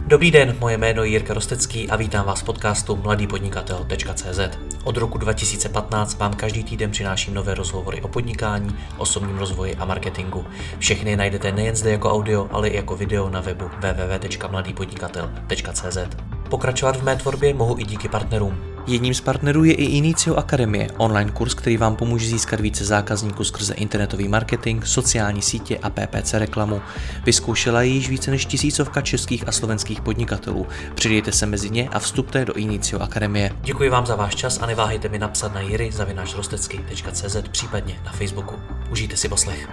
Dobrý den, moje jméno je Jirka Rostecký a vítám vás v podcastu mladýpodnikatel.cz. Od roku 2015 vám každý týden přináším nové rozhovory o podnikání, osobním rozvoji a marketingu. Všechny najdete nejen zde jako audio, ale i jako video na webu www.mladýpodnikatel.cz. Pokračovat v mé tvorbě mohu i díky partnerům. Jedním z partnerů je i Inicio Akademie, online kurz, který vám pomůže získat více zákazníků skrze internetový marketing, sociální sítě a PPC reklamu. Vyzkoušela ji již více než 1000 českých a slovenských podnikatelů. Přidejte se mezi ně a vstupte do Inicio Akademie. Děkuji vám za váš čas a neváhejte mi napsat na jiry@rostecky.cz, případně na Facebooku. Užijte si poslech.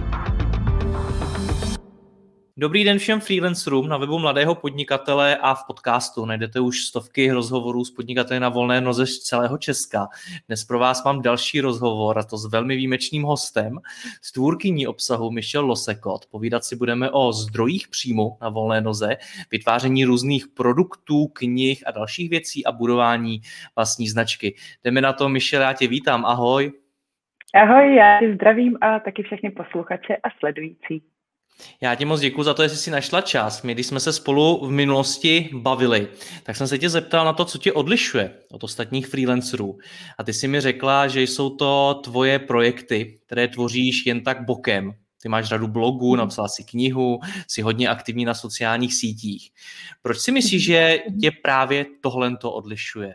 Dobrý den všem freelancerům na webu Mladého podnikatele a v podcastu. Najdete už stovky rozhovorů s podnikateli na volné noze z celého Česka. Dnes pro vás mám další rozhovor, a to s velmi výjimečným hostem, s tvůrkyní obsahu Michelle Lossekot. Povídat si budeme o zdrojích příjmu na volné noze, vytváření různých produktů, knih a dalších věcí a budování vlastní značky. Jdeme na to, Michelle, já tě vítám, ahoj. Ahoj, já tě zdravím a taky všechny posluchače a sledující. Já ti moc děkuji za to, jestli jsi našla čas. My, když jsme se spolu v minulosti bavili, tak jsem se tě zeptal na to, co tě odlišuje od ostatních freelancerů. A ty jsi mi řekla, že jsou to tvoje projekty, které tvoříš jen tak bokem. Ty máš řadu blogů, napsala si knihu, jsi hodně aktivní na sociálních sítích. Proč si myslíš, že tě právě tohle odlišuje?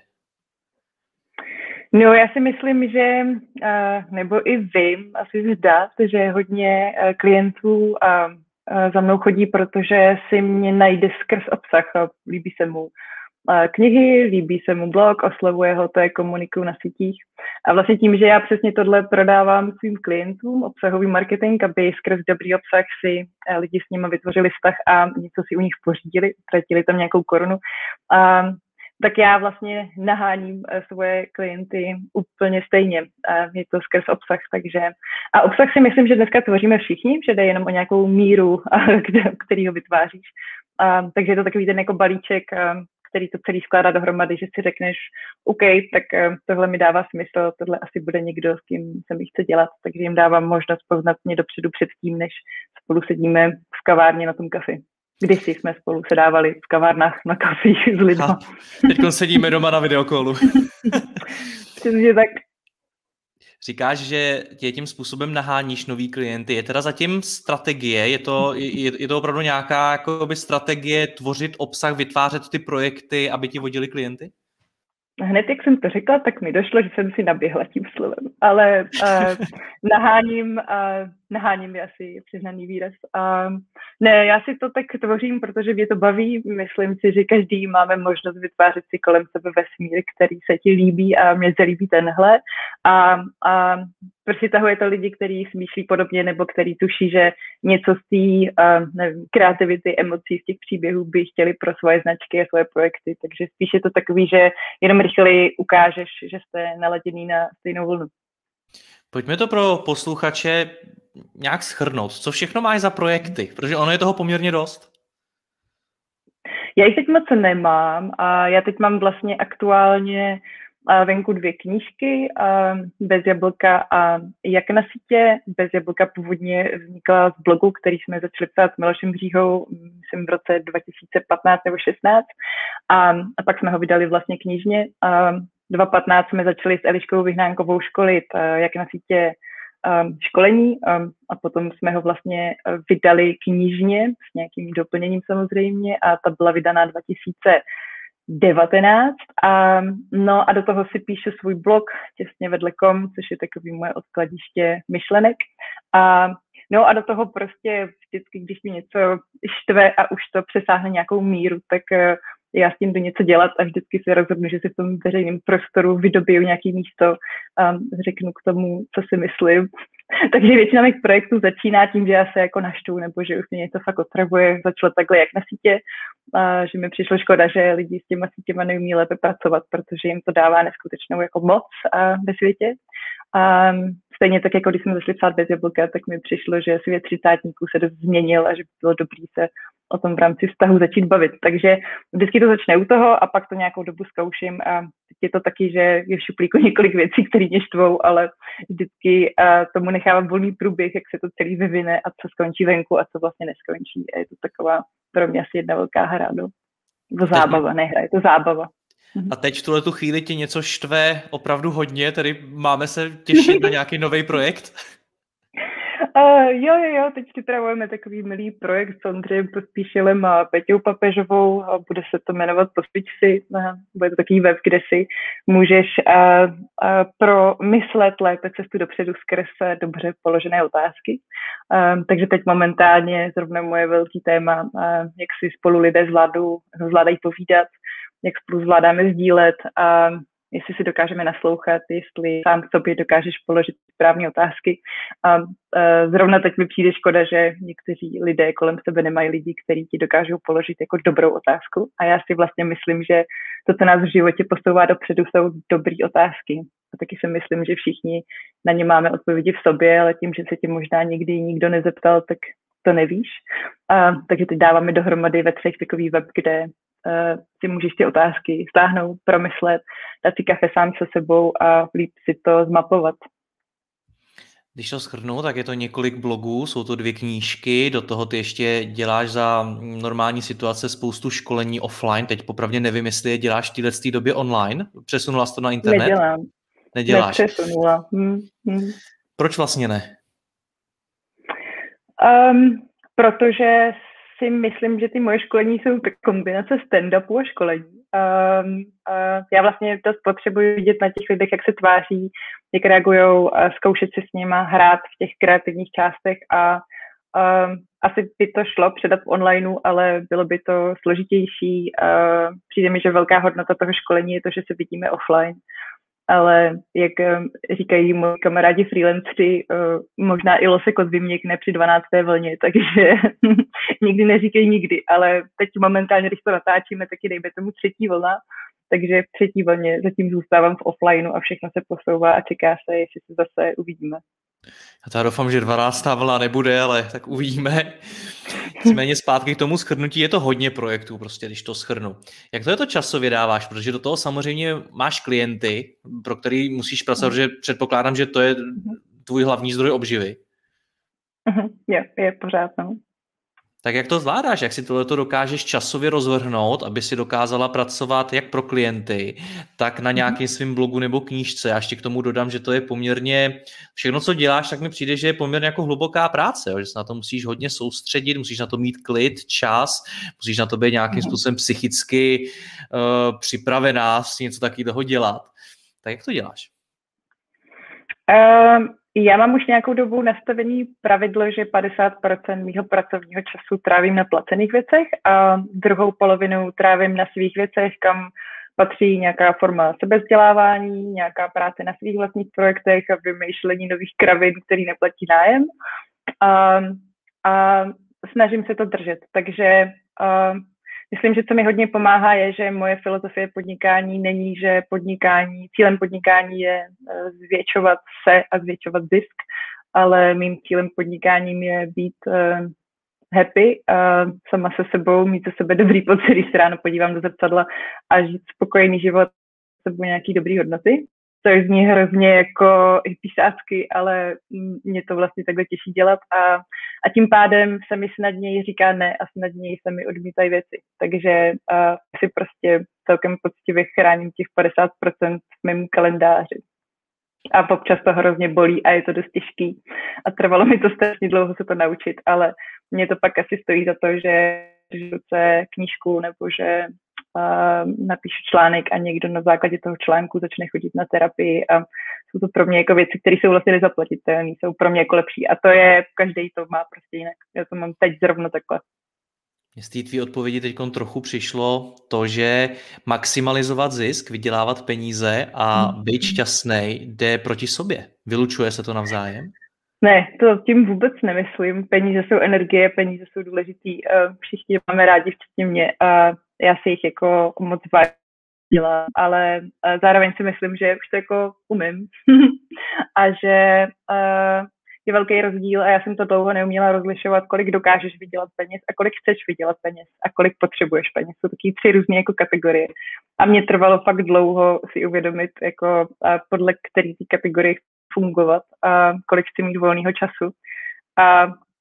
No, já si myslím, že, nebo i vím, asi zdá se, že hodně klientů za mnou chodí, protože si mě najde skrz obsah. Líbí se mu knihy, líbí se mu blog, oslovuje ho, to je komunikuju na sítích. A vlastně tím, že já přesně tohle prodávám svým klientům, obsahový marketing, aby skrz dobrý obsah si lidi s nimi vytvořili vztah a něco si u nich pořídili, utratili tam nějakou korunu. Tak já vlastně naháním svoje klienty úplně stejně. Je to skrz obsah, takže... A obsah si myslím, že dneska tvoříme všichni, že jde jenom o nějakou míru, který ho vytváříš. Takže je to takový ten jako balíček, který to celý skládá dohromady, že si řekneš, OK, tak tohle mi dává smysl, tohle asi bude někdo, s kým se mi chce dělat, takže jim dávám možnost poznat mě dopředu předtím, než spolu sedíme v kavárně na tom kafi. Když jsme spolu sedávali v kavárnách na kafích s lidma. Teď sedíme doma na videokolu. Přesně tak. Říkáš, že tě tím způsobem naháníš nový klienty. Je teda zatím strategie? Je to opravdu nějaká jakoby strategie tvořit obsah, vytvářet ty projekty, aby ti vodili klienty? Hned, jak jsem to řekla, tak mi došlo, že jsem si naběhla tím slovem. Ale naháním je asi přiznaný výraz. Ne, já si to tak tvořím, protože mě to baví. Myslím si, že každý máme možnost vytvářet si kolem sebe vesmír, který se ti líbí a mně se líbí tenhle. A přitahuje to lidi, kteří smýšlí podobně nebo který tuší, že něco z té kreativity, emocí, z těch příběhů by chtěli pro svoje značky a svoje projekty. Takže spíš je to takový, že jenom rychleji ukážeš, že jste naladěný na stejnou vlnu. Pojďme to pro posluchače nějak shrnout. Co všechno máš za projekty? Protože ono je toho poměrně dost. Já jich teď moc nemám a já teď mám vlastně aktuálně venku 2 knížky, Bez jablka a Jak na sítě. Bez jablka původně vznikla z blogu, který jsme začali psát s Milošem Bříhou, myslím v roce 2015 nebo 16 a pak jsme ho vydali vlastně knižně. 2015 jsme začali s Eliškou Vyhnánkovou školit Jak na sítě školení a potom jsme ho vlastně vydali knižně s nějakým doplněním samozřejmě a ta byla vydaná 2019 a do toho si píšu svůj blog těsně vedle.com, což je takový moje odkladiště myšlenek a do toho prostě vždycky, když mi něco štve a už to přesáhne nějakou míru, tak já s tím jdu něco dělat a vždycky se rozhodnu, že si v tom veřejném prostoru vydobiju nějaké místo a řeknu k tomu, co si myslím. Takže většina mých projektů začíná tím, že já se jako naštvu nebo že už mě něco fakt otravuje. Začalo takhle Jak na sítě, že mi přišlo škoda, že lidi s těma sítěma neumí lépe pracovat, protože jim to dává neskutečnou jako moc ve světě. Stejně tak, jako když jsme začali psát Bez jablka, tak mi přišlo, že svět třicátníků se dost změnil a že by bylo dobrý se o tom v rámci vztahu začít bavit. Takže vždycky to začne u toho a pak to nějakou dobu zkouším a teď je to taky, že je v šuplíku několik věcí, které mě štvou, ale vždycky tomu nechávám volný průběh, jak se to celý vyvine a co skončí venku a co vlastně neskončí. A je to taková pro mě asi jedna velká hra. No. Zábava, nehra, je to zábava. A teď v tuhletu chvíli ti něco štve opravdu hodně, tedy máme se těšit na nějaký nový projekt? Jo, teď připravujeme takový milý projekt s Ondřejem Pospíšilem a Peťou Papežovou a bude se to jmenovat Pospíš si. Bude to takový web, kde si můžeš promyslet lépe cestu dopředu skrz dobře položené otázky. Takže teď momentálně zrovna moje velký téma, jak si spolu lidé zvládají povídat, jak spolu zvládáme sdílet a jestli si dokážeme naslouchat, jestli sám k sobě dokážeš položit správné otázky. A zrovna teď mi přijde škoda, že někteří lidé kolem sebe nemají lidi, kteří ti dokážou položit jako dobrou otázku. A já si vlastně myslím, že to, co nás v životě posouvá dopředu, jsou dobré otázky. A taky si myslím, že všichni na ně máme odpovědi v sobě, ale tím, že se tě možná nikdy nikdo nezeptal, tak to nevíš. Takže teď dáváme dohromady ve 3 takový web, kde si můžeš ty otázky stáhnout, promyslet, dát si kafe sám se sebou a líp si to zmapovat. Když to shrnu, tak je to několik blogů, jsou to 2 knížky, do toho ty ještě děláš za normální situace spoustu školení offline, teď popravdě nevím, jestli je děláš v této době online, přesunula jsi to na internet? Nedělám. Neděláš? Nepřesunula. Proč vlastně ne? Protože si myslím, že ty moje školení jsou kombinace stand-upu a školení. Já vlastně dost potřebuji vidět na těch lidech, jak se tváří, jak reagujou, zkoušet si s nima hrát v těch kreativních částech a asi by to šlo předat v onlineu, ale bylo by to složitější. Přijde mi, že velká hodnota toho školení je to, že se vidíme offline. Ale jak říkají moji kamarádi freelanceri, možná i losek od vyměkne při 12. vlně, takže nikdy neříkej nikdy, ale teď momentálně, když to natáčíme, tak je dejme tomu 3. vlna, takže v 3. vlně zatím zůstávám v offlineu a všechno se posouvá a čeká se, jestli se zase uvidíme. Já doufám, že 12. vlna nebude, ale tak uvidíme. Nicméně zpátky k tomu shrnutí, je to hodně projektů, prostě, když to shrnu. Jak to je to časově dáváš? Protože do toho samozřejmě máš klienty, pro který musíš pracovat, protože předpokládám, že to je tvůj hlavní zdroj obživy. Je pořád, no. Tak jak to zvládáš? Jak si tohleto dokážeš časově rozvrhnout, aby si dokázala pracovat jak pro klienty, tak na nějakém svém blogu nebo knížce? Já ještě k tomu dodám, že to je poměrně, všechno, co děláš, tak mi přijde, že je poměrně jako hluboká práce, že se na to musíš hodně soustředit, musíš na to mít klid, čas, musíš na to být nějakým způsobem psychicky připravená si něco takového dělat. Tak jak to děláš? Já mám už nějakou dobu nastavený pravidlo, že 50% mýho pracovního času trávím na placených věcech a druhou polovinu trávím na svých věcech, kam patří nějaká forma sebevzdělávání, nějaká práce na svých vlastních projektech a vymýšlení nových kravin, který neplatí nájem. A snažím se to držet. Takže myslím, že co mi hodně pomáhá je, že moje filozofie podnikání není, že cílem podnikání je zvětšovat se a zvětšovat zisk, ale mým cílem podnikáním je být happy a sama se sebou, mít ze sebe dobrý pocit, když se ráno podívám do zrcadla a žít spokojený život s sebou nějaký dobrý hodnoty. To zní hrozně jako písácky, ale mě to vlastně takhle těší dělat a tím pádem se mi snadněji říká ne a snadněji se mi odmítají věci. Takže si prostě celkem poctivě chráním těch 50% v mém kalendáři. A občas to hrozně bolí a je to dost těžký. A trvalo mi to strašně dlouho se to naučit, ale mě to pak asi stojí za to, že držu se knížku nebo že napíšu článek a někdo na základě toho článku začne chodit na terapii a jsou to pro mě jako věci, které jsou vlastně nezaplatitelné, jsou pro mě jako lepší a to je, každý to má prostě jinak. Já to mám teď zrovna takhle. Mně z té tvý odpovědi teď trochu přišlo to, že maximalizovat zisk, vydělávat peníze a být šťastnej jde proti sobě. Vylučuje se to navzájem? Ne, to tím vůbec nemyslím. Peníze jsou energie, peníze jsou důležitý. Všichni máme rádi, včetně mě. A já si jich jako moc dělám, ale zároveň si myslím, že už to jako umím. A že je velký rozdíl a já jsem to dlouho neuměla rozlišovat, kolik dokážeš vydělat peněz a kolik chceš vydělat peněz a kolik potřebuješ peněz. Jsou taky 3 různé jako kategorie. A mě trvalo fakt dlouho si uvědomit, jako podle který ty kategorie fungovat a kolik chci mít volného času. A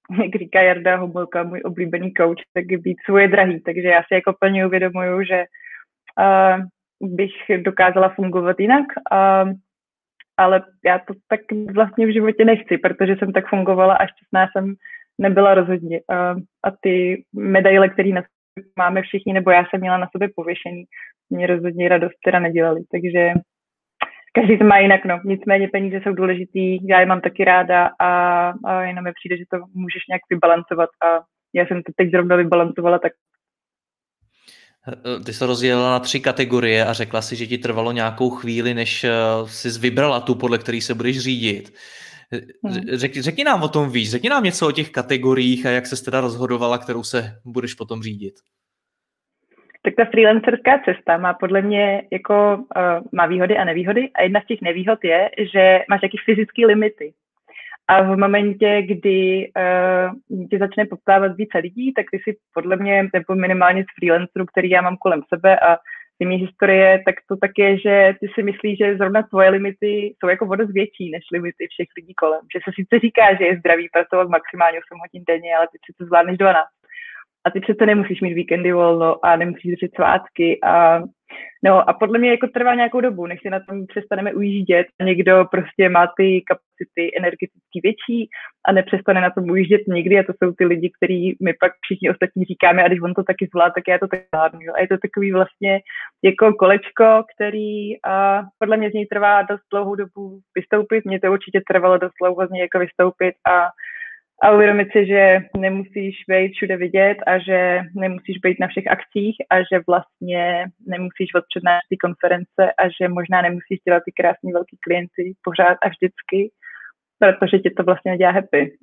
jak říká Jarda Homolka, můj oblíbený coach, tak být svoje drahý. Takže já si jako plně uvědomuju, že bych dokázala fungovat jinak, ale já to tak vlastně v životě nechci, protože jsem tak fungovala a šťastná jsem nebyla rozhodně. A ty medaile, které na sobě máme všichni, nebo já jsem měla na sobě pověšený, mě rozhodně radost teda nedělali. Takže každý to má jinak, no. Nicméně peníze jsou důležitý, já je mám taky ráda a jenom mi přijde, že to můžeš nějak vybalancovat a já jsem to teď zrovna vybalancovala tak. Ty se rozdělila na 3 kategorie a řekla si, že ti trvalo nějakou chvíli, než jsi vybrala tu, podle který se budeš řídit. Řekni nám o tom víc, řekni nám něco o těch kategoriích a jak ses teda rozhodovala, kterou se budeš potom řídit. Tak ta freelancerská cesta má podle mě jako má výhody a nevýhody a jedna z těch nevýhod je, že máš jaký fyzické limity. A v momentě, kdy tě začne poptávat více lidí, tak ty si podle mě, nebo minimálně z freelancerů, který já mám kolem sebe a z mé historie, tak to tak je, že ty si myslíš, že zrovna tvoje limity jsou jako o dost větší než limity všech lidí kolem. Že se sice říká, že je zdravý pracovat maximálně 8 hodin denně, ale ty přece zvládneš 12. A ty přece nemusíš mít víkendy volno a nemusíš držet svátky a podle mě jako trvá nějakou dobu, než si na tom přestaneme ujíždět a někdo prostě má ty kapacity energeticky větší a nepřestane na tom ujíždět nikdy a to jsou ty lidi, který my pak všichni ostatní říkáme a když on to taky zvládá, tak já to tak zvládnu. A je to takový vlastně jako kolečko, který podle mě z něj trvá dost dlouhou dobu vystoupit, mně to určitě trvalo dost dlouho z něj jako vystoupit a uvědomit si, že nemusíš být všude vidět a že nemusíš být na všech akcích a že vlastně nemusíš odpřednášet ty konference a že možná nemusíš dělat ty krásný velký klienty pořád a vždycky, protože tě to vlastně dělá happy.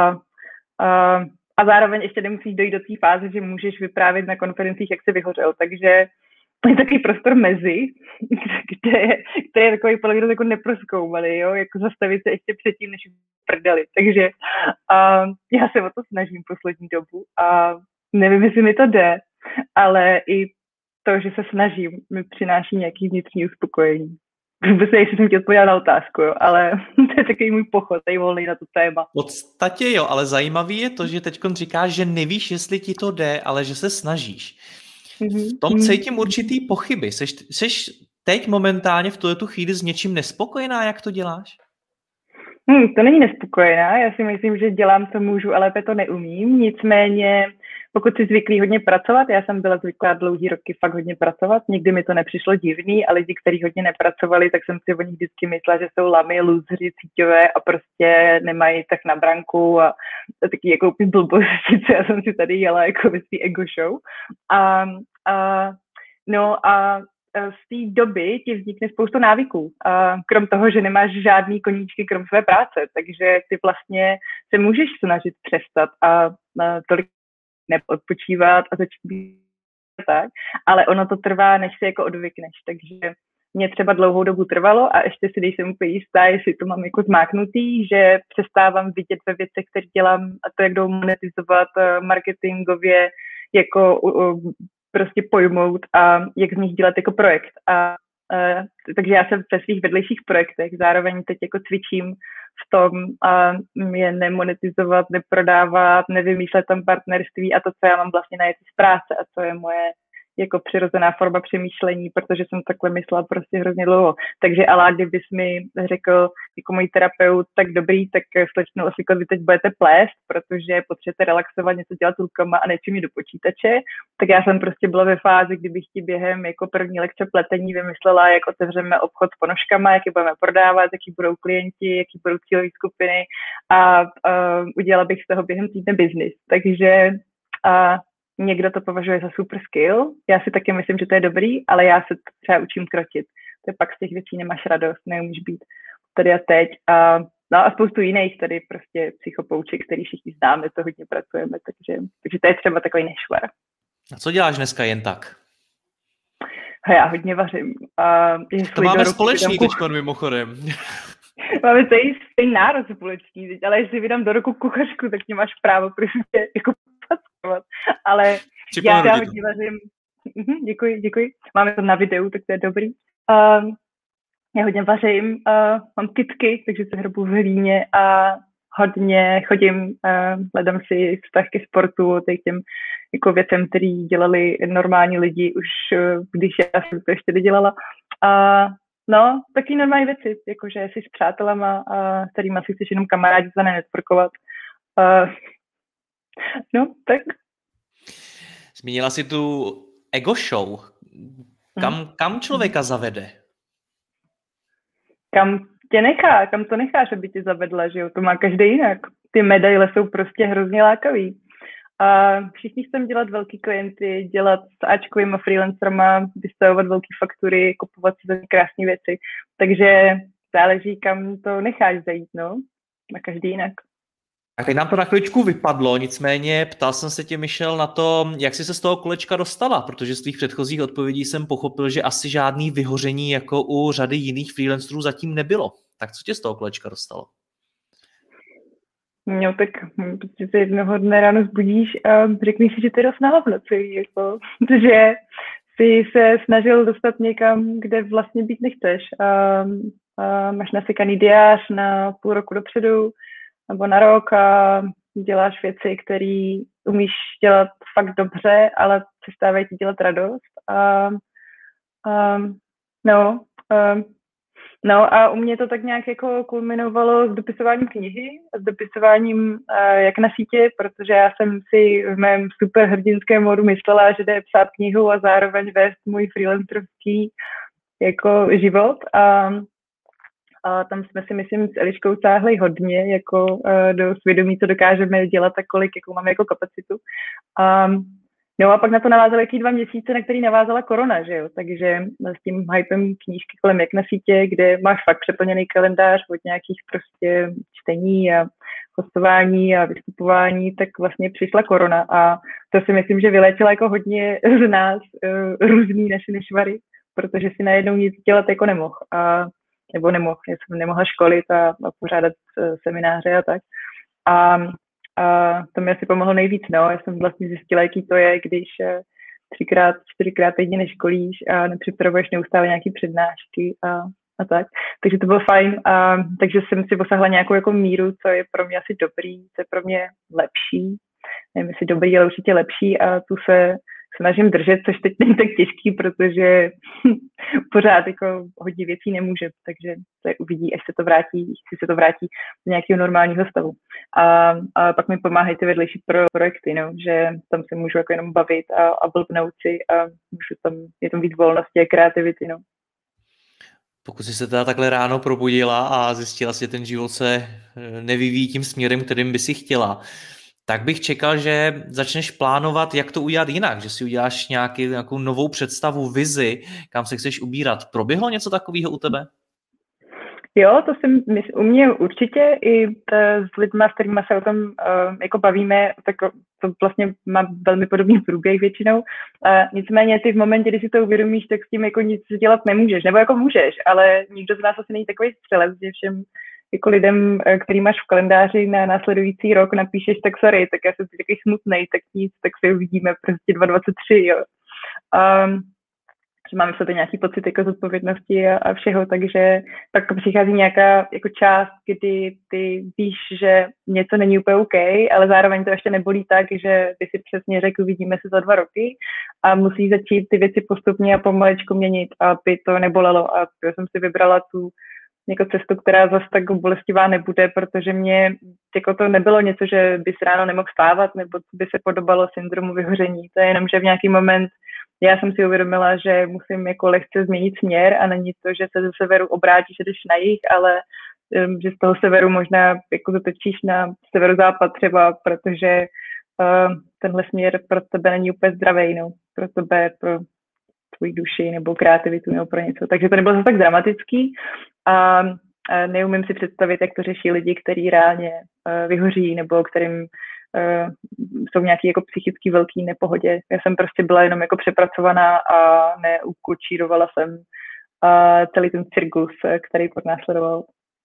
A zároveň ještě nemusíš dojít do té fáze, že můžeš vyprávět na konferencích, jak jsi vyhořel. Takže je takový prostor mezi, který je takový podle mě jako neprozkoumaný, jo? Jako zastavit se ještě předtím, než prdeli. Takže já se o to snažím poslední dobu a nevím, jestli mi to jde, ale i to, že se snažím, mi přináší nějaký vnitřní uspokojení. Vůbec jestli jsem ti odpověděla na otázku, jo? Ale to je takový můj pochod, tady volný na to téma. V podstatě jo, ale zajímavý je to, že teďkon říkáš, že nevíš, jestli ti to jde, ale že se snažíš. V tom cítím určitý pochyby. Seš teď momentálně v tu chvíli s něčím nespokojená, jak to děláš? To není nespokojená, já si myslím, že dělám, co můžu, ale lépe to neumím. Nicméně, pokud jsi zvyklý hodně pracovat, já jsem byla zvyklá dlouhý roky fakt hodně pracovat, nikdy mi to nepřišlo divný a lidi, kteří hodně nepracovali, tak jsem si o nich vždycky myslela, že jsou lamy, lůzři, síťové a prostě nemají tak na branku a taky jako blbosti, co já jsem si tady jela jako ve svý ego show. Z té doby ti vznikne spoustu návyků, krom toho, že nemáš žádný koníčky krom své práce, takže ty vlastně se můžeš snažit přestat a tolik neodpočívat a začít být tak, ale ono to trvá, než se jako odvykneš, takže mě třeba dlouhou dobu trvalo a ještě si nejsem úplně jistá, jestli to mám jako zmáknutý, že přestávám vidět ve věcech, které dělám a to, jak jdou monetizovat marketingově, jako prostě pojmout a jak z nich dělat jako projekt. Takže já jsem ve svých vedlejších projektech zároveň teď jako cvičím v tom je nemonetizovat, neprodávat, nevymýšlet tam partnerství a to, co já mám vlastně najetý z práce a co je moje jako přirozená forma přemýšlení, protože jsem takhle myslela prostě hrozně dlouho. Takže ale kdybys mi řekl jako můj terapeut, tak dobrý, tak slečno Osiko, vy teď budete plést, protože potřebujete relaxovat, něco dělat rukama a nečím do počítače, tak já jsem prostě byla ve fázi, kdybych ti během jako první lekce pletení vymyslela, jak otevřeme obchod s ponožkama, jak je budeme prodávat, jaký budou klienti, jaký budou cílové skupiny a udělala bych z toho během týdne biznis. Takže někdo to považuje za super skill, já si taky myslím, že to je dobrý, ale já se třeba učím krotit. To je pak z těch věcí nemáš radost, neumíš být tady a teď. A spoustu jiných tady prostě psychopouček, který všichni známe, to hodně pracujeme, takže to je třeba takový nešvar. A co děláš dneska jen tak? Já hodně vařím. To máme společný teďkon mimochodem. Máme tady stejný národ společný teď, ale jestli vydám do roku kuchařku, tak mě máš právo prostě jako paskovat. Ale já hodně vařím. Děkuji. Máme to na videu, tak to je dobrý. Já hodně vařím, mám kytky, takže se hrabu v hlíně a hodně chodím, hledám si vztah ke sportu, k těm jako věcem, který dělali normální lidi už, když já jsem to ještě nedělala. A no, taky normální věci, jakože jsi s přátelama, s kterýma si chceš jenom kamarádit a networkovat. No, tak. Zmínila si tu ego show. Kam člověka zavede? Kam to necháš, aby tě zavedla, že jo? To má každý jinak. Ty medaile jsou prostě hrozně lákavý. A všichni chceme dělat velký klienty, dělat s áčkovýma freelancerama, vystavovat velké faktury, kupovat si za krásné věci. Takže záleží, kam to necháš zajít, no. Na každý jinak. A teď nám to na chviličku vypadlo, nicméně ptal jsem se tě, Michelle, na to, jak jsi se z toho kolečka dostala, protože z tvých předchozích odpovědí jsem pochopil, že asi žádný vyhoření jako u řady jiných freelancerů zatím nebylo. Tak co tě z toho kolečka dostalo? No tak prostě se jednoho dne ráno zbudíš a řekneš si, že to je dost na v noci, jako, že jsi se snažil dostat někam, kde vlastně být nechceš. A máš nasekaný diář na půl roku dopředu nebo na rok a děláš věci, které umíš dělat fakt dobře, ale přestávají ti dělat radost. No a u mě to tak nějak jako kulminovalo s dopisováním knihy, s dopisováním jak na sítě, protože já jsem si v mém super hrdinském modu myslela, že jde psát knihu a zároveň vést můj freelancerský jako život. A tam jsme si, myslím, s Eliškou sáhli hodně jako do svědomí, co dokážeme dělat a kolik jako máme jako kapacitu. No a pak na to navázaly jaký 2 měsíce, na který navázala korona, že jo, takže s tím hypem knížky kolem jak na sítě, kde máš fakt přeplněný kalendář od nějakých prostě čtení a hostování a vystupování, tak vlastně přišla korona a to si myslím, že vyléčila jako hodně z nás různý naše nešvary, protože si najednou nic dělat jako nemohl. Já jsem nemohla školit a pořádat semináře a tak. A to mi asi pomohlo nejvíc, no. Já jsem vlastně zjistila, jaký to je, když 3x, 4x týdně neškolíš a nepřipravuješ neustále nějaký přednášky a tak. Takže to bylo fajn. Takže jsem si posahla nějakou jako míru, co je pro mě asi dobrý, co je pro mě lepší. Nevím, jestli dobrý, ale určitě lepší a tu se snažím držet, což teď není tak těžký, protože pořád jako hodně věcí nemůže, takže se uvidí, až se to vrátí do nějakého normálního stavu. A pak mi pomáhají ty vedlejší projekty, no, že tam se můžu jako jenom bavit a blbnout si a je tam víc volnosti a kreativity, no. Pokud jsi se teda takhle ráno probudila a zjistila si, že ten život se nevyvíjí tím směrem, kterým by si chtěla, tak bych čekal, že začneš plánovat, jak to udělat jinak, že si uděláš nějakou novou představu, vizi, kam se chceš ubírat. Proběhlo něco takového u tebe? Jo, u mě určitě i s lidma, s kterými se o tom jako bavíme, tak to vlastně má velmi podobný průběh většinou. Nicméně ty v momentě, kdy si to uvědomíš, tak s tím jako nic dělat nemůžeš, nebo jako můžeš, ale nikdo z nás asi není takový střelec, že všem jako lidem, který máš v kalendáři na následující rok, napíšeš, tak sorry, tak já jsem si takový smutnej, tak nic, tak se uvidíme prostě 2023, jo. Že máme v sobě nějaký pocit jako zodpovědnosti a všeho, takže pak přichází nějaká jako část, kdy ty víš, že něco není úplně OK, ale zároveň to ještě nebolí tak, že ty si přesně řekl, uvidíme se za 2 roky a musí začít ty věci postupně a pomalečku měnit, aby to nebolelo a já jsem si vybrala tu jako cestu, která zase tak bolestivá nebude, protože mě jako to nebylo něco, že bys ráno nemohl vstávat, nebo by se podobalo syndromu vyhoření. To je jenom, že v nějaký moment já jsem si uvědomila, že musím jako lehce změnit směr a není to, že se ze severu obrátíš a jdeš na jih, ale že z toho severu možná jako zatečíš na severozápad třeba, protože tenhle směr pro tebe není úplně zdravý, no, pro tebe, pro tvoji duši nebo kreativitu nebo pro něco. Takže to nebylo zase tak dramatický a neumím si představit, jak to řeší lidi, kteří reálně vyhoří nebo kterým jsou nějaký jako psychický velký nepohodě. Já jsem prostě byla jenom jako přepracovaná a neukočírovala jsem celý ten cirkus, který podnásledoval.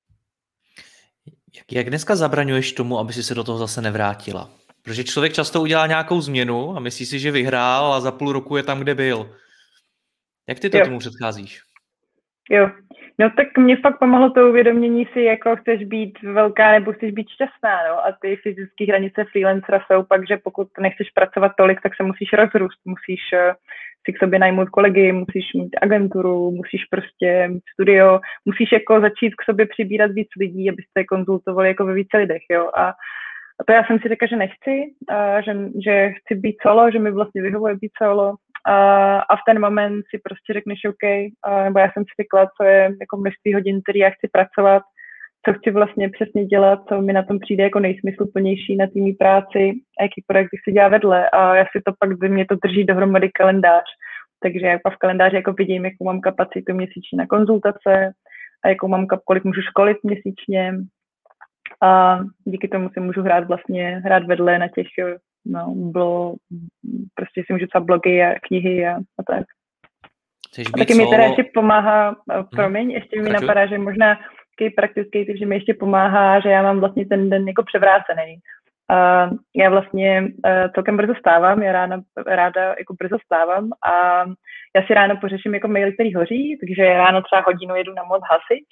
Jak dneska zabraňuješ tomu, aby si se do toho zase nevrátila? Protože člověk často udělá nějakou změnu a myslí si, že vyhrál a za půl roku je tam, kde byl. Jak ty tomu předcházíš? Jo, no tak mě fakt pomohlo to uvědomění si, jako chceš být velká nebo chceš být šťastná, no, a ty fyzické hranice freelancera jsou pak, že pokud nechceš pracovat tolik, tak se musíš rozrůst, musíš si k sobě najmout kolegy, musíš mít agenturu, musíš prostě mít studio, musíš jako začít k sobě přibírat víc lidí, abyste konzultovali jako ve více lidech, jo, a to já jsem si řekla, že nechci, že chci být solo, že mi vlastně vyhovuje být solo. A v ten moment si prostě řekneš OK, nebo já jsem si řekla, co je jako množství hodin, který já chci pracovat, co chci vlastně přesně dělat, co mi na tom přijde jako nejsmysluplnější na té mý práci a jaký projekt si dělá vedle. A já si to pak, mě to drží dohromady kalendář. Takže já v kalendáři jako vidím, jakou mám kapacitu měsíčně na konzultace a jakou mám kolik můžu školit měsíčně. A díky tomu si můžu hrát vedle na těch, prostě si můžu psát blogy a knihy a tak. A taky mi teda ještě pomáhá, ještě mi napadá, že možná takový praktický typ, že mi ještě pomáhá, že já mám vlastně ten den jako převrácený. Já vlastně celkem brzo stávám, já ráda jako brzo stávám a já si ráno pořeším jako maily, který hoří, takže ráno třeba hodinu jedu na mod hasič,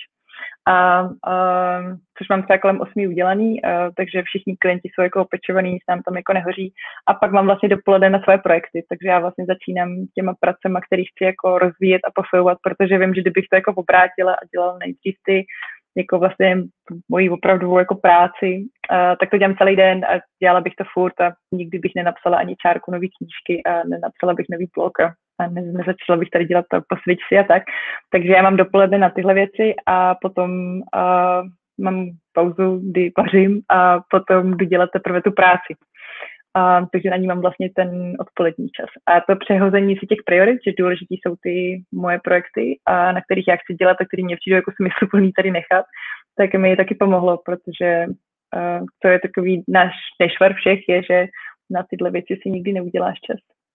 což mám třeba kolem 8 udělaný, takže všichni klienti jsou jako opečovaný, nic nám tam jako nehoří. A pak mám vlastně dopoledne na svoje projekty, takže já vlastně začínám těma pracema, který chci jako rozvíjet a posouvat, protože vím, že kdybych to jako obrátila a dělala nejdřív ty jako vlastně moji opravdu jako práci, tak to dělám celý den a dělala bych to furt a nikdy bych nenapsala ani čárku nový knížky a nenapsala bych nový blog a nezačala bych tady dělat to po Switchi a tak. Takže já mám dopoledne na tyhle věci a potom mám pauzu, kdy vařím a potom jdu dělat teprve tu práci. Takže na ní mám vlastně ten odpolední čas. A to přehození si těch priorit, že důležitý jsou ty moje projekty, na kterých já chci dělat a který mě přijde jako smysluplný tady nechat, tak mi taky pomohlo, protože to je takový náš nešvar všech, je, že na tyhle věci si nikdy neuděláš čas.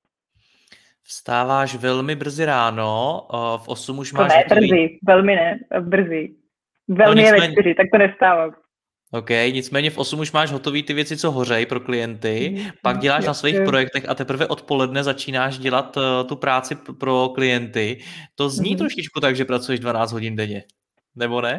Vstáváš velmi brzy ráno, v 8 už máš... To ne, brzy, velmi ne, brzy. Velmi je ve 4, tak to nestávám. OK, nicméně v 8 už máš hotový ty věci, co hořejí pro klienty, pak děláš na svých projektech a teprve odpoledne začínáš dělat tu práci pro klienty. To zní trošičku tak, že pracuješ 12 hodin denně, nebo ne?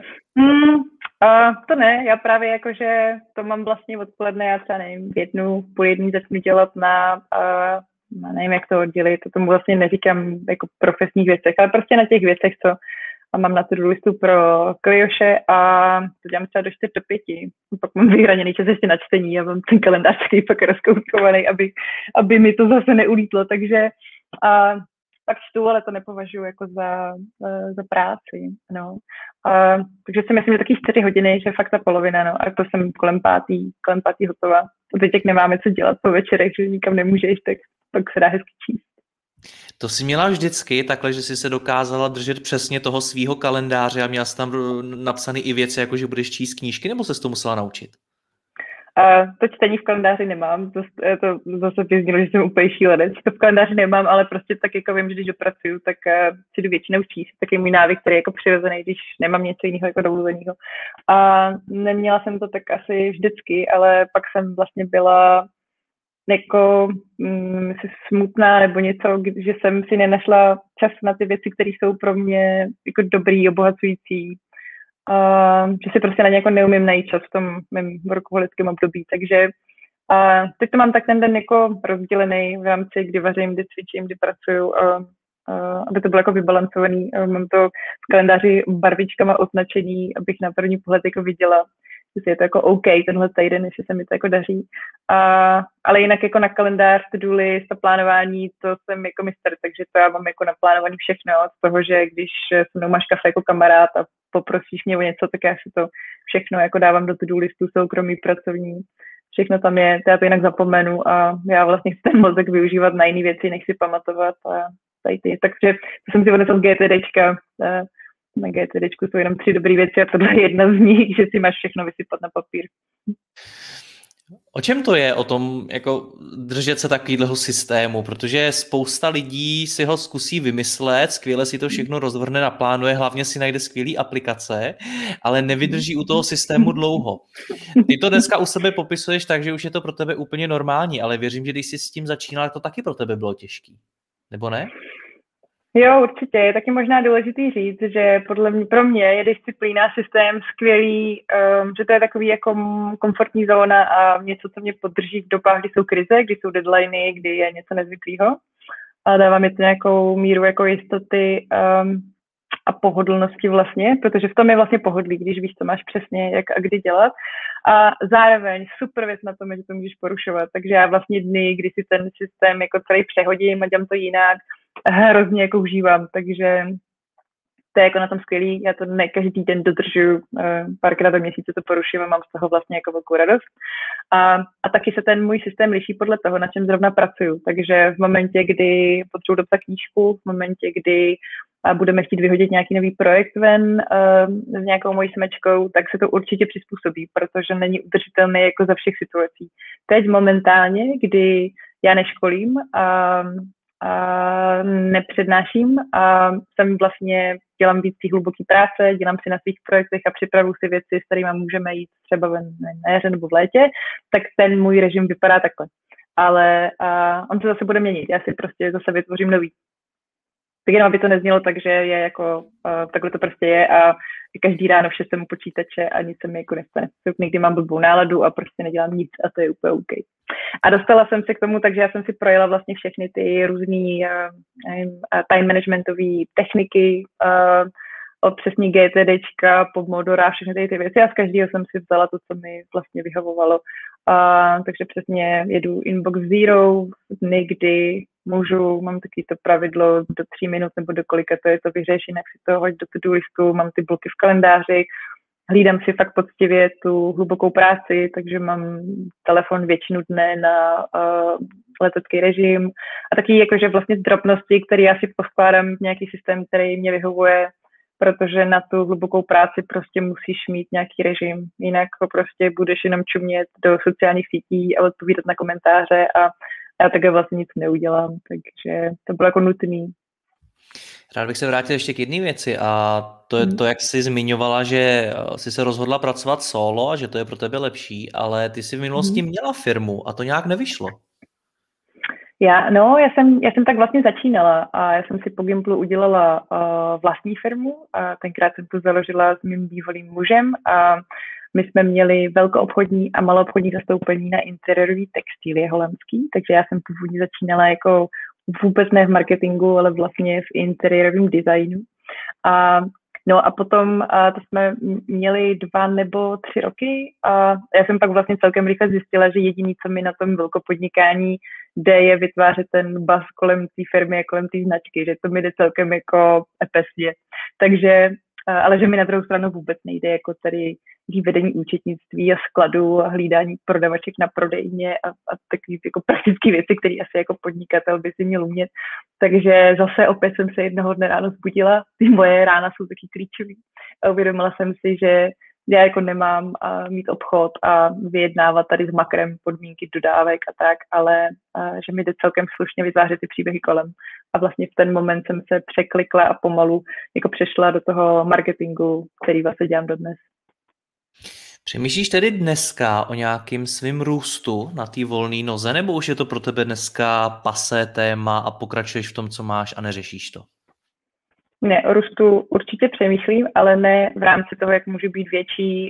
To ne, já právě jakože to mám vlastně odpoledne, já třeba nevím, půl jedný začnu dělat na nevím, jak to oddělit, to tomu vlastně neříkám jako profesních věcech, ale prostě na těch věcech, co a mám na to listu pro Klioše a to dělám třeba do 4-5. Pak mám vyhraněný čas ještě na čtení a mám ten kalendář takový pak rozkouskovaný, aby mi to zase neulítlo, takže pak čtu, ale to nepovažuji jako za práci, no. Takže si myslím, že taky 4 hodiny, že fakt ta polovina, no, a to jsem kolem pátý hotová. A teď jak nemáme co dělat po večerech, že nikam nemůžeš, tak pak se dá hezky číst. To jsi měla vždycky takhle, že jsi se dokázala držet přesně toho svýho kalendáře a měla jsi tam napsaný i věci, jako že budeš číst knížky, nebo ses to musela naučit? To čtení v kalendáři nemám, to zase vyznělo, že jsem úplně šílenec. To v kalendáři nemám, ale prostě tak jako vím, že když dopracuju, tak si jdu většinou číst. Taky můj návyk, který je jako přirozený, když nemám něco jiného jako domluveného. A neměla jsem to tak asi vždycky, ale pak jsem vlastně byla jako smutná nebo něco, že jsem si nenašla čas na ty věci, které jsou pro mě jako dobrý, obohacující. Že si prostě na ně jako neumím najít čas v tom mém workoholickém období, takže teď to mám tak ten den jako rozdělený v rámci, kdy vařím, kdy cvičím, kdy pracuju, aby to bylo jako vybalancovaný. Mám to v kalendáři barvičkama označený, abych na první pohled jako viděla, že je to jako OK tenhle týden, jestli se mi to jako daří. Ale jinak jako na kalendář, to-do list a plánování, to jsem jako mistr, takže to já mám jako naplánovaný všechno z toho, že když se mnou máš kafe jako kamarád a poprosíš mě o něco, tak já si to všechno jako dávám do to-do listu, soukromý, pracovní, všechno tam je, já to jinak zapomenu a já vlastně chci ten mozek využívat na jiné věci, než si pamatovat a tady ty. Takže to jsem si odnesl z GTDčka, na GTDčku jsou jenom 3 dobré věci a tohle je jedna z nich, že si máš všechno vysypat na papír. O čem to je, o tom jako držet se takového systému? Protože spousta lidí si ho zkusí vymyslet, skvěle si to všechno rozvrhne, naplánuje, hlavně si najde skvělý aplikace, ale nevydrží u toho systému dlouho. Ty to dneska u sebe popisuješ tak, že už je to pro tebe úplně normální, ale věřím, že když jsi s tím začínal, to taky pro tebe bylo těžký. Nebo ne? Jo, určitě. Je taky možná důležitý říct, že pro mě je disciplína systém skvělý, že to je takový jako komfortní zóna a něco, co mě podrží v dobách, kdy jsou krize, kdy jsou deadliny, kdy je něco nezvyklého. A dává mi to nějakou míru jako jistoty a pohodlnosti vlastně, protože v tom je vlastně pohodlí, když víš, co máš přesně, jak a kdy dělat. A zároveň super věc na tom je, že to můžeš porušovat. Takže já vlastně dny, kdy si ten systém jako celý přehodím a dělám to jinak, hrozně jako užívám. Takže to je jako na tom skvělý, já to ne každý den dodržuju, párkrát do měsíce to poruším a mám z toho vlastně jako velkou radost. A taky se ten můj systém liší podle toho, na čem zrovna pracuju. Takže v momentě, kdy potřebuji dopsat knížku, v momentě, kdy budeme chtít vyhodit nějaký nový projekt ven s nějakou mojí smečkou, tak se to určitě přizpůsobí, protože není udržitelný jako za všech situací. Teď momentálně, kdy já neškolím a nepřednáším a jsem vlastně, dělám víc hluboký práce, dělám si na svých projektech a připravuji si věci, s kterými můžeme jít třeba na jaře nebo v létě, tak ten můj režim vypadá takhle. Ale on se zase bude měnit, já si prostě zase vytvořím nový. Tak jenom, aby to neznělo tak, že je jako, takhle to prostě je a každý ráno v 6 u počítače a nic se mi jako nestane. Někdy mám blbou náladu a prostě nedělám nic a to je úplně OK. A dostala jsem se k tomu, takže já jsem si projela vlastně všechny ty různý time managementové techniky, od přesně GTDčka, Pomodora, všechny ty věci a z každého jsem si vzala to, co mi vlastně vyhovovalo. Takže přesně jedu Inbox Zero, kdy mám taky to pravidlo do 3 minut nebo do kolika to je to vyřešit, jinak si to hodit do to-do listu, mám ty bloky v kalendáři, hlídám si fakt poctivě tu hlubokou práci, takže mám telefon většinu dne na letecký režim a taky jakože vlastně drobnosti, které já si poskládám v nějaký systém, který mě vyhovuje, protože na tu hlubokou práci prostě musíš mít nějaký režim, jinak ho prostě budeš jenom čumět do sociálních sítí a odpovídat na komentáře a já také vlastně nic neudělám, takže to bylo jako nutný. Rád bych se vrátil ještě k jedné věci a to je to, jak jsi zmiňovala, že jsi se rozhodla pracovat solo a že to je pro tebe lepší, ale ty jsi v minulosti měla firmu a to nějak nevyšlo. Já jsem tak vlastně začínala a já jsem si po Gimplu udělala vlastní firmu a tenkrát jsem to založila s mým bývalým mužem a my jsme měli velkoobchodní a maloobchodní zastoupení na interiérový textilie holandský, takže já jsem původně začínala jako vůbec ne v marketingu, ale vlastně v interiérovém designu. No a potom to jsme měli 2 nebo 3 roky a já jsem pak vlastně celkem rychle zjistila, že jediný, co mi na tom velkopodnikání jde, je vytvářet ten buzz kolem té firmy a kolem té značky, že to mi jde celkem jako pesně. Takže, ale že mi na druhou stranu vůbec nejde jako tady vedení účetnictví a skladu a hlídání prodavaček na prodejně a takové jako praktické věci, které asi jako podnikatel by si měl umět. Takže zase opět jsem se jednoho dne ráno zbudila. Ty moje rána jsou taky klíčový. A uvědomila jsem si, že já jako nemám mít obchod a vyjednávat tady s makrem podmínky dodávek a tak, ale že mi jde celkem slušně vytvářet ty příběhy kolem. A vlastně v ten moment jsem se překlikla a pomalu jako přešla do toho marketingu, který vlastně dělám dodnes. Přemýšlíš tedy dneska o nějakým svým růstu na té volné noze, nebo už je to pro tebe dneska pasé téma a pokračuješ v tom, co máš a neřešíš to? Ne, o růstu určitě přemýšlím, ale ne v rámci toho, jak můžu být větší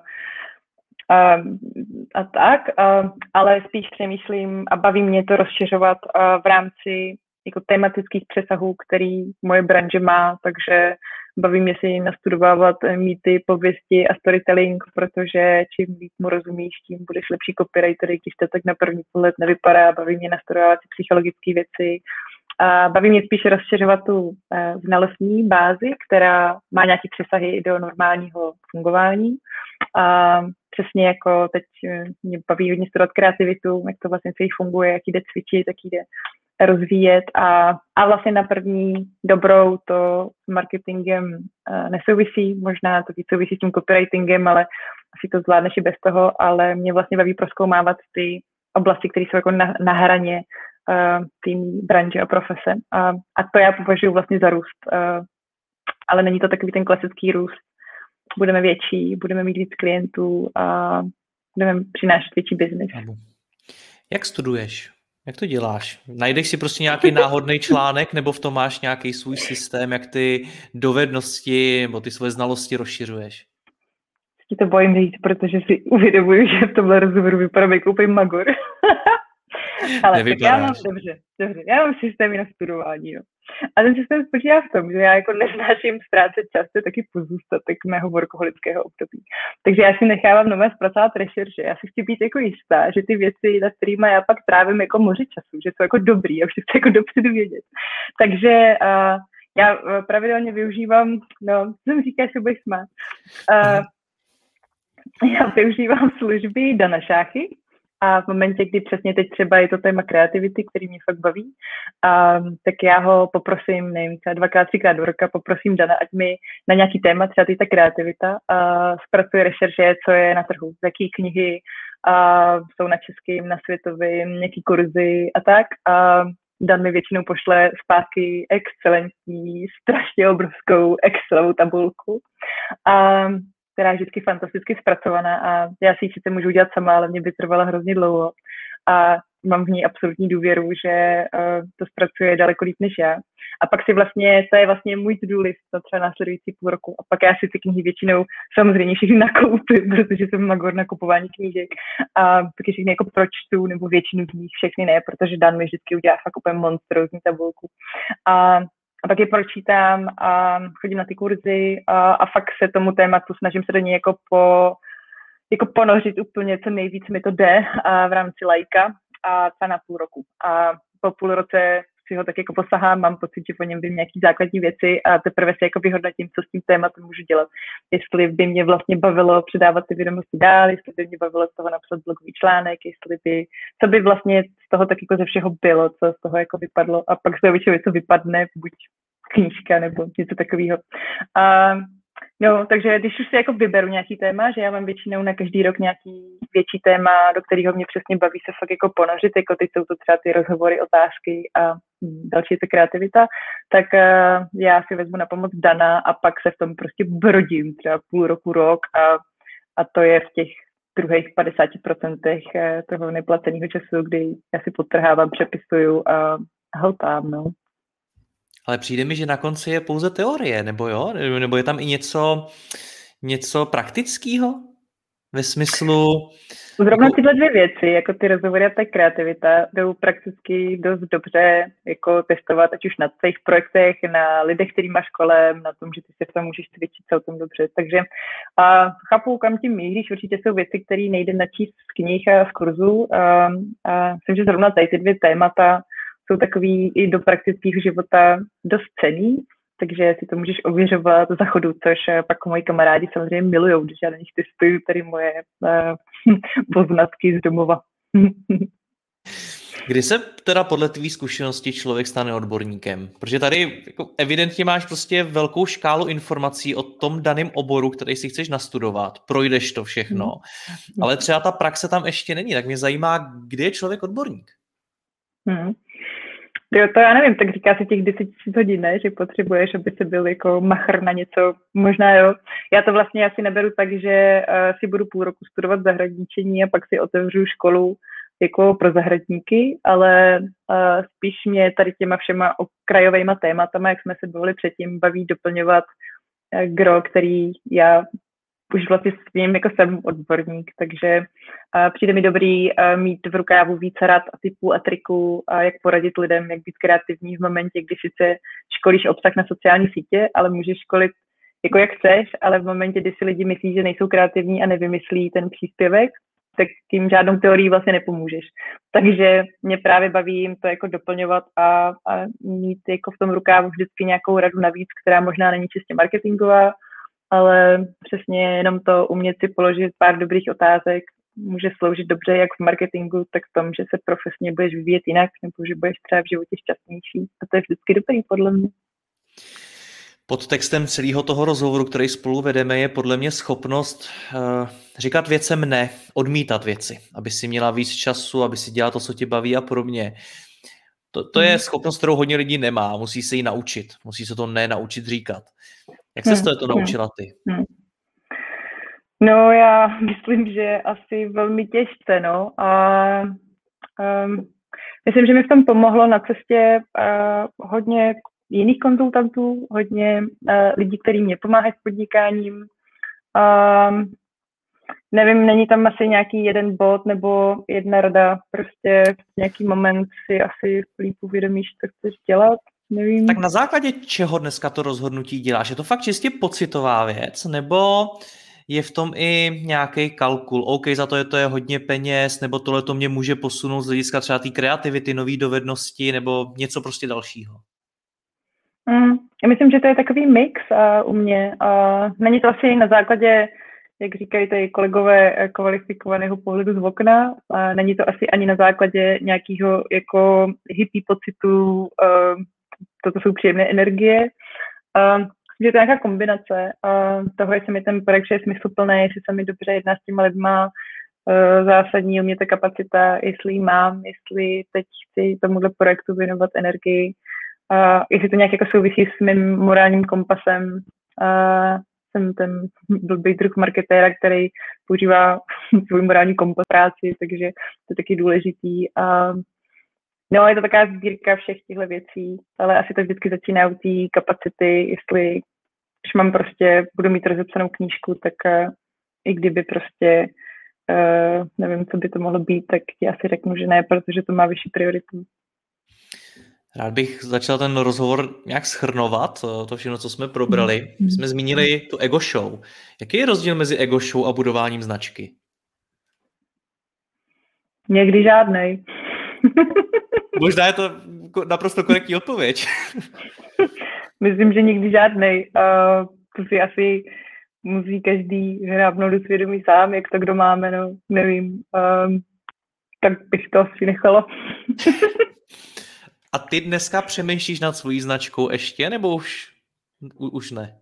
a tak, ale spíš přemýšlím a baví mě to rozšiřovat v rámci jako tematických přesahů, který moje branže má, takže baví mě si nastudovávat mýty, pověsti a storytelling, protože čím víc mu rozumíš, tím budeš lepší copywriter, když to tak na první pohled nevypadá. Baví mě nastudovávat psychologické věci. A baví mě spíš rozšiřovat tu znalostní bázi, která má nějaké přesahy do normálního fungování. A přesně jako teď mě baví hodně studovat kreativitu, jak to vlastně celý funguje, jak jde cvičit, jak jde rozvíjet a vlastně na první dobrou to s marketingem nesouvisí, možná to víc souvisí s tím copywritingem, ale asi to zvládneš i bez toho, ale mě vlastně baví prozkoumávat ty oblasti, které jsou jako na hraně tým branže a profese a to já považuji vlastně za růst, ale není to takový ten klasický růst. Budeme větší, budeme mít víc klientů a budeme přinášet větší biznis. Jak studuješ? Jak to děláš? Najdeš si prostě nějaký náhodný článek, nebo v tom máš nějaký svůj systém, jak ty dovednosti nebo ty svoje znalosti rozšiřuješ? Ti to bojím říct, protože si uvědomuji, že v tomhle rozhovoru vypadám jako úplně magor. Ale tak já mám, dobře, já mám systémy na studování, jo. A ten systém spočívá v tom, že já jako neznáším ztrácet čas, to je taky pozůstatek mého workoholického období. Takže já si nechávám nové zpracovat rešerše. Já si chci být jako jistá, že ty věci, nad kterými já pak trávím jako moře času, že jsou jako dobrý, já už chci jako dopředu vědět. Takže já pravidelně využívám, no, co mi říkáš, že budeš smát. Já využívám služby Dana Šáchy a v momentě, kdy přesně teď třeba je to téma kreativity, který mě fakt baví, tak já ho poprosím, nevím, třeba 2x, 3x do roka poprosím Dana, ať mi na nějaký téma, třeba ta kreativita, zpracuje rešerše, co je na trhu, jaký knihy jsou na českým, na světovým, nějaký kurzy a tak. Dan mi většinou pošle zpátky excelentní, strašně obrovskou Excelovou tabulku, která je vždycky fantasticky zpracovaná a já si ji sice můžu udělat sama, ale mě by trvala hrozně dlouho a mám v ní absolutní důvěru, že to zpracuje daleko líp než já. A pak si vlastně, to je vlastně můj to-do list na třeba následující půl roku. A pak já si ty knihy většinou samozřejmě všechny nakoupím, protože jsem magor na kupování knížek. A taky všechny jako pročtu, nebo většinu z nich, všechny ne, protože Dan mi vždycky udělá fakt úplně monstrózní tabulku. A pak je pročítám a chodím na ty kurzy a fakt se tomu tématu snažím se do něj jako ponořit úplně, co nejvíc mi to jde v rámci lajka a třeba na půl roku. A po půl roce si ho tak jako posahám, mám pocit, že po něm vím nějaký základní věci a teprve si jako vyhodnotím, co s tím tématem můžu dělat. Jestli by mě vlastně bavilo předávat ty vědomosti dál, jestli by mě bavilo z toho napsat blogový článek, co by vlastně z toho tak jako ze všeho bylo, co z toho jako vypadlo a pak z toho většinou něco vypadne, buď knížka nebo něco takového. No, takže když už si jako vyberu nějaký téma, že já mám většinou na každý rok nějaký větší téma, do kterého mě přesně baví se fakt jako ponořit, jako teď jsou to třeba ty rozhovory, otázky a další je to kreativita, tak já si vezmu na pomoc Dana a pak se v tom prostě brodím třeba půl roku, rok a to je v těch druhých 50% toho neplaceného času, kdy já si podtrhávám, přepisuju a hltám, no. Ale přijde mi, že na konci je pouze teorie, nebo jo? Nebo je tam i něco praktického? Ve smyslu... Zrovna tyhle dvě věci, jako ty rozhovory a ta kreativita, jdou prakticky dost dobře jako testovat, ať už na tvých projektech, na lidech, který máš kolem, na tom, že ty se v tom můžeš cvičit celkem dobře. Takže chápu, kam tím míříš, určitě jsou věci, které nejde načíst z knih a z kurzů. Myslím, že zrovna tady ty dvě témata jsou takový i do praktického života dost cenný, takže si to můžeš ověřovat za chodu, což pak moji kamarádi samozřejmě milujou, když já na nich testuju tady moje poznatky z domova. Kdy se teda podle tvý zkušenosti člověk stane odborníkem? Protože tady jako evidentně máš prostě velkou škálu informací o tom daném oboru, který si chceš nastudovat, projdeš to všechno, ale třeba ta praxe tam ještě není, tak mě zajímá, kdy je člověk odborník? Jo, to já nevím, tak říká se těch 10 000 hodin, ne? Že potřebuješ, aby se byl jako machr na něco, možná jo. Já to vlastně asi neberu tak, že si budu půl roku studovat zahradničení a pak si otevřu školu jako pro zahradníky, ale spíš mě tady těma všema okrajovejma tématama, jak jsme se bavili předtím, baví doplňovat gro, který já už vlastně s ním jako jsem odborník, takže přijde mi dobrý mít v rukávu více rad a typů a triků, jak poradit lidem, jak být kreativní v momentě, kdy sice školíš obsah na sociální sítě, ale můžeš školit jako jak chceš, ale v momentě, kdy si lidi myslí, že nejsou kreativní a nevymyslí ten příspěvek, tak tím žádnou teorií vlastně nepomůžeš. Takže mě právě baví jim to jako doplňovat a mít jako v tom rukávu vždycky nějakou radu navíc, která možná není čistě marketingová, ale přesně jenom to umět si položit pár dobrých otázek může sloužit dobře jak v marketingu, tak v tom, že se profesně budeš vyvíjet jinak, nebo že budeš třeba v životě šťastnější. A to je vždycky dobrý, podle mě. Pod textem celého toho rozhovoru, který spolu vedeme, je podle mě schopnost říkat věcem ne, odmítat věci, aby si měla víc času, aby si dělala to, co tě baví a podobně. To je schopnost, kterou hodně lidí nemá, musí se ji naučit, musí se to naučit říkat. Jak se to naučila ty? No já myslím, že asi velmi těžce, no. A Myslím, že mi v tom pomohlo na cestě hodně jiných konzultantů, hodně lidí, kteří mě pomáhají s podnikáním. Nevím, není tam asi nějaký jeden bod nebo jedna rada, prostě v nějaký moment si asi líp uvědomíš, co chceš dělat, nevím. Tak na základě čeho dneska to rozhodnutí děláš? Je to fakt čistě pocitová věc, nebo je v tom i nějaký kalkul? OK, za to je hodně peněz, nebo tohle to mě může posunout z hlediska třeba té kreativity, nové dovednosti, nebo něco prostě dalšího? Já myslím, že to je takový mix u mě. Není to asi na základě, jak říkají tady kolegové, kvalifikovaného pohledu z okna. Není to asi ani na základě nějakého jako hippie pocitu, toto jsou příjemné energie. Je to nějaká kombinace toho, jestli mi ten projekt je smysluplný, jestli se mi dobře jedná s těma lidma, zásadní u mě ta kapacita, jestli ji mám, jestli teď chci tomuhle projektu věnovat energii, jestli to nějak jako souvisí s mým morálním kompasem. Jsem ten blbý druh marketéra, který používá svůj morální kompas v práci, takže to je taky důležitý. No, je to taková sbírka všech těchto věcí, ale asi to vždycky začíná u té kapacity, jestli když mám prostě, budu mít rozepsanou knížku, tak i kdyby prostě nevím, co by to mohlo být, tak ti asi řeknu, že ne, protože to má vyšší prioritu. Rád bych začal ten rozhovor nějak shrnovat, to všechno, co jsme probrali. My jsme zmínili tu ego show. Jaký je rozdíl mezi ego show a budováním značky? Někdy žádnej. Možná je to naprosto korektní odpověď. Myslím, že nikdy žádnej. To si asi musí každý hrábnout do svědomí sám, jak to kdo máme, no, nevím. Tak bych to asi nechala. A ty dneska přemýšlíš nad svojí značkou ještě, nebo už ne?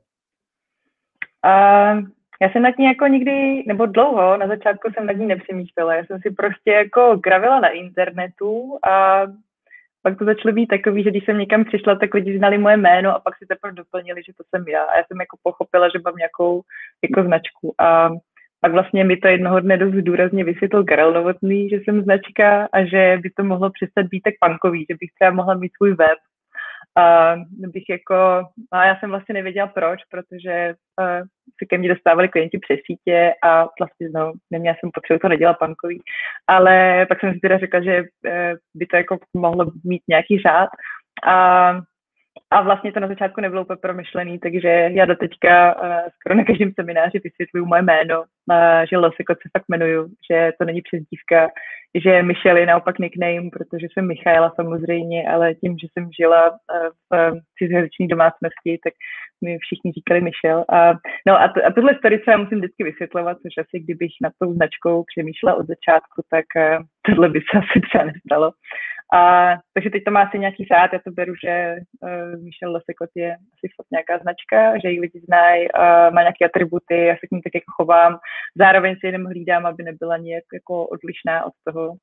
Já jsem nad ní jako nikdy, nebo dlouho, na začátku jsem nad ní nepřemýšlela. Já jsem si prostě jako gravila na internetu a pak to začalo být takový, že když jsem někam přišla, tak lidi znali moje jméno a pak si teprve doplnili, že to jsem já. A já jsem jako pochopila, že mám nějakou jako značku. A pak vlastně mi to jednoho dne dost důrazně vysvětlil Karel Novotný, že jsem značka a že by to mohlo přestat být tak punkový, že bych třeba mohla mít svůj web. A já jsem vlastně nevěděla proč, protože se ke mně dostávali klienti přes sítě a vlastně neměla jsem potřebu to nedělat punkový. Ale pak jsem si teda řekla, že by to jako mohlo mít nějaký řád. A vlastně to na začátku nebylo úplně promyšlený, takže já doteďka skoro na každém semináři vysvětluju moje jméno, že Loseko se fakt jmenuju, že to není přezdívka, že Michelle je naopak nickname, protože jsem Michaela samozřejmě, ale tím, že jsem žila v cizojazyčné domácnosti, tak mi všichni říkali Michelle. A tuhle story třeba musím vždycky vysvětlovat, což asi kdybych nad tou značkou přemýšlela od začátku, tak tohle by se asi třeba nestalo. Takže teď to má asi nějaký řád, já to beru, že Michelle Lesekot je asi fakt nějaká značka, že ji lidi znají, má nějaké atributy, já se k ní tak jako chovám, zároveň si jenom hlídám, aby nebyla nějak jako odlišná od toho,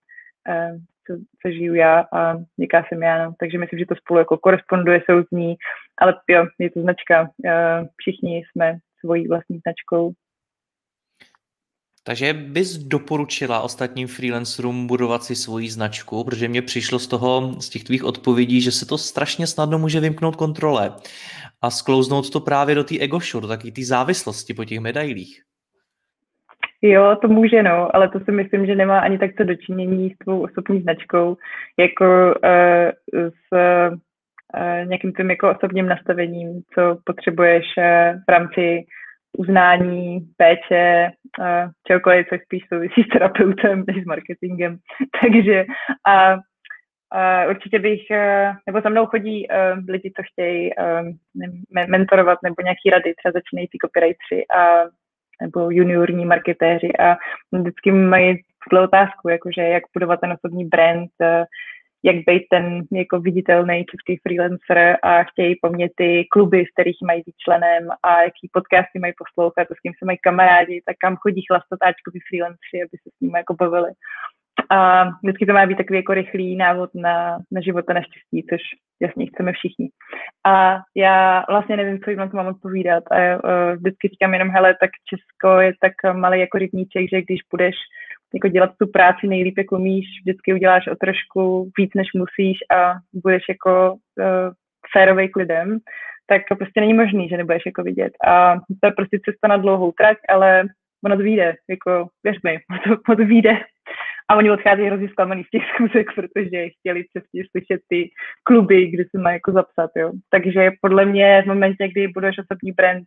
co žiju já a jaká jsem já, no. Takže myslím, že to spolu jako koresponduje, souzní, ale jo, je to značka, všichni jsme svojí vlastní značkou. Takže bys doporučila ostatním freelancerům budovat si svoji značku, protože mně přišlo z těch tvých odpovědí, že se to strašně snadno může vymknout kontrole a sklouznout to právě do té ego show, do taky té závislosti po těch medailích. Jo, to může, no, ale to si myslím, že nemá ani tak to dočinění s tvou osobní značkou, jako s nějakým tím jako osobním nastavením, co potřebuješ v rámci uznání, péče, čehokoliv, co spíš souvisí s terapeutem než s marketingem. Takže určitě bych, nebo za mnou chodí lidi, co chtějí mentorovat nebo nějaký rady, třeba začínající copywriteri nebo juniorní marketéři a vždycky mají tuhle otázku, jakože jak budovat ten osobní brand, jak být ten jako viditelný český freelancer a chtějí po mně ty kluby, z kterých mají být členem a jaký podcasty mají poslouchat, s kým se mají kamarádi, tak kam chodí chlastatáčkoví freelanceri, aby se s nimi jako bavili. A vždycky to má být takový jako rychlý návod na život a na štěstí, což jasně chceme všichni. A já vlastně nevím, co jim na to mám odpovídat. A vždycky říkám jenom, hele, tak Česko je tak malý jako rybníček, že když budeš jako dělat tu práci nejlíp, jak umíš, vždycky uděláš o trošku víc, než musíš a budeš jako férovej k lidem, tak to prostě není možný, že nebudeš jako vidět. A to je prostě cesta na dlouhou trať, ale ono to vyjde, jako věř mi, ono to vyjde. A oni odchází hrozně zklamaný z těch zkusek, protože chtěli přesně slyšet ty kluby, kde se má jako zapsat, jo. Takže podle mě v momentě, kdy budeš osobní brand,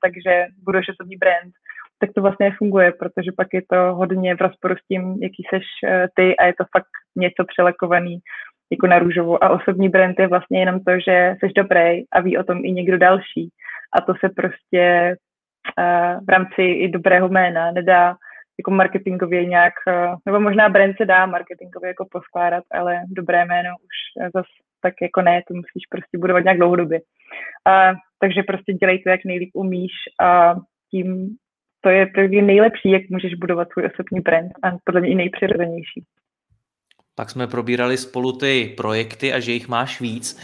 tak to vlastně funguje, protože pak je to hodně v rozporu s tím, jaký seš ty a je to fakt něco přelakovaný jako na růžovo. A osobní brand je vlastně jenom to, že seš dobrý a ví o tom i někdo další. A to se prostě v rámci i dobrého jména nedá jako marketingově nějak, nebo možná brand se dá marketingově jako poskládat, ale dobré jméno už zase tak jako ne, to musíš prostě budovat nějak dlouhodobě. Takže prostě dělej to, jak nejlíp umíš a tím to je prostě nejlepší, jak můžeš budovat svůj osobní brand a podle mě i nejpřirozenější. Pak jsme probírali spolu ty projekty a že jich máš víc.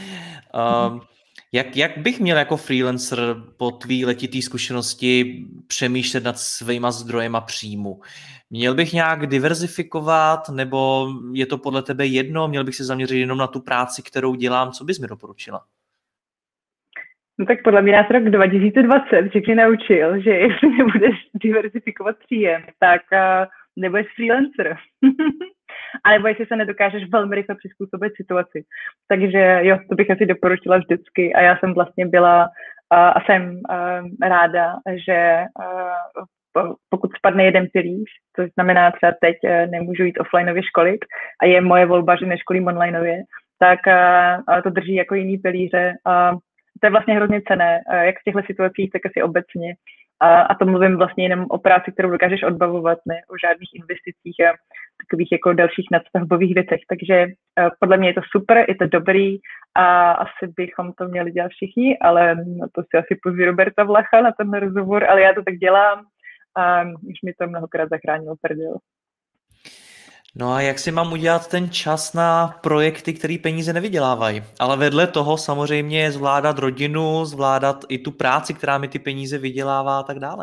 Jak bych měl jako freelancer po tvý letitý zkušenosti přemýšlet nad svýma zdrojema příjmu? Měl bych nějak diverzifikovat, nebo je to podle tebe jedno? Měl bych se zaměřit jenom na tu práci, kterou dělám? Co bys mi doporučila? No tak podle mě nás rok 2020 všechny naučil, že jestli nebudeš diverzifikovat příjem, tak nebudeš freelancer. A nebo jestli se nedokážeš velmi rychle přizpůsobit situaci. Takže jo, to bych asi doporučila vždycky. A já jsem vlastně byla a jsem ráda, že pokud spadne jeden pilíř, to znamená třeba teď nemůžu jít offlineově školit a je moje volba, že neškolím onlineově, tak to drží jako jiný pilíře. To je vlastně hrozně cenné, jak v těchto situacích, tak asi obecně. A to mluvím vlastně jenom o práci, kterou dokážeš odbavovat, ne o žádných investicích a takových jako dalších nadstavbových věcech. Takže podle mě je to super, je to dobrý a asi bychom to měli dělat všichni, ale to si asi pozví Roberta Vlacha na ten rozhovor, ale já to tak dělám a už mi to mnohokrát zachránilo prdel. No a jak si mám udělat ten čas na projekty, které peníze nevydělávají? Ale vedle toho samozřejmě zvládat rodinu, zvládat i tu práci, která mi ty peníze vydělává a tak dále.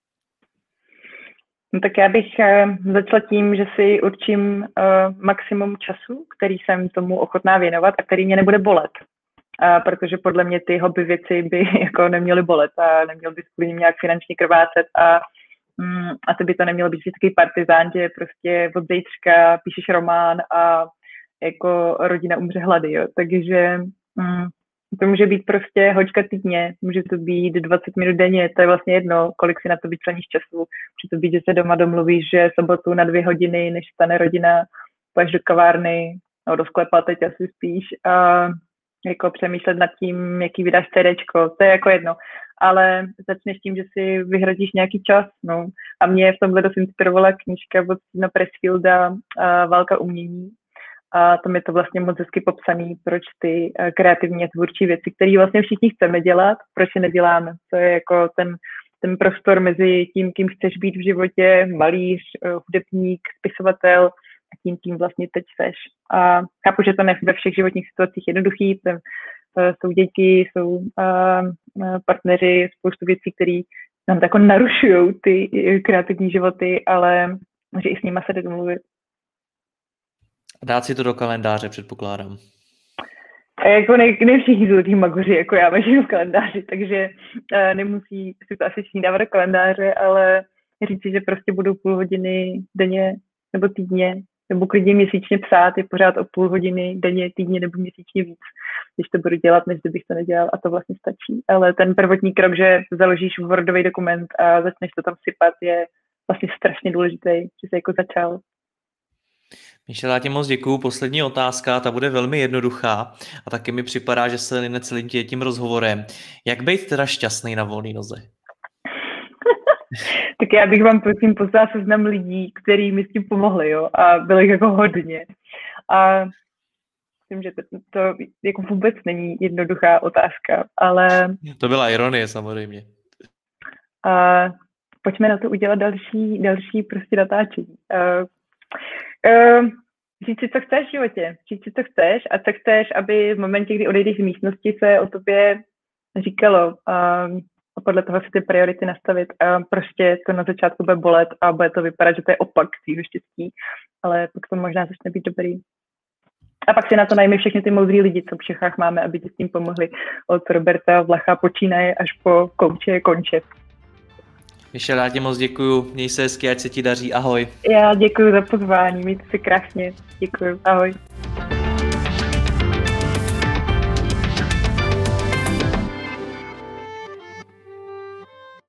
No tak já bych začala tím, že si určím maximum času, který jsem tomu ochotná věnovat a který mě nebude bolet. Protože podle mě ty hobby věci by jako neměly bolet a neměl by kvůli ním nějak finančně krvácet a to by to nemělo být vždycky partizán, že prostě od zítřka píšeš román a jako rodina umře hlady, jo. Takže to může být prostě hoďka týdně, může to být 20 minut denně, to je vlastně jedno, kolik si na to vyčleníš času. Může to být, že se doma domluvíš, že sobotu na 2 hodiny, než stane rodina, půjdeš do kavárny, no do sklepa, teď asi spíš a jako přemýšlet nad tím, jaký vydáš CDčko, to je jako jedno. Ale začneš tím, že si vyhradíš nějaký čas, no. A mě v tomhle dost inspirovala knížka od Stevena Pressfielda Válka umění. A tam je to vlastně moc hezky popsaný, proč ty kreativní a tvůrčí věci, které vlastně všichni chceme dělat, proč je neděláme. To je jako ten prostor mezi tím, kým chceš být v životě, malíř, hudebník, spisovatel a tím vlastně teď seš. A chápu, že to ne ve všech životních situacích jednoduchý, jsou děti, jsou partneři, spoustu věcí, které nám tak narušují ty kreativní životy, ale že i s nima se jde domluvit. Dát si to do kalendáře, předpokládám. A jako ne všichni jsou takový magoři, jako já mažím v kalendáři, takže nemusí si to asi dávat do kalendáře, ale říci, že prostě budou půl hodiny denně nebo týdně, nebo klidně měsíčně psát, je pořád o půl hodiny denně, týdně nebo měsíčně víc, když to budu dělat, než kdybych to nedělal a to vlastně stačí. Ale ten prvotní krok, že založíš Wordový dokument a začneš to tam sypat, je vlastně strašně důležitý, že jsi jako začal. Michelle, já ti moc děkuju. Poslední otázka, ta bude velmi jednoduchá a taky mi připadá, že se necelím tím rozhovorem. Jak být teda šťastný na volné noze? Tak já bych vám prosím poslala seznam lidí, kteří mi s tím pomohli, jo, a bylo jich jako hodně. A myslím, že to jako vůbec není jednoduchá otázka, ale... To byla ironie samozřejmě. Pojďme na to udělat další prostě natáčení. Říct si, co chceš v životě. Říct si, co chceš a co chceš, aby v momentě, kdy odejdeš z místnosti, se o tobě říkalo. a podle toho si ty priority nastavit a prostě to na začátku bude bolet a bude to vypadat, že to je opak tvýho štěstí, ale pak to možná začne být dobrý. A pak si na to najmi všechny ty moudrý lidi, co v Čechách máme, aby ti s tím pomohli. Od Roberta Vlacha počínaje až po kouče konče. Michelle, já ti moc děkuju, měj se hezky, ať se ti daří, ahoj. Já děkuju za pozvání, mějte se krásně, děkuju, ahoj.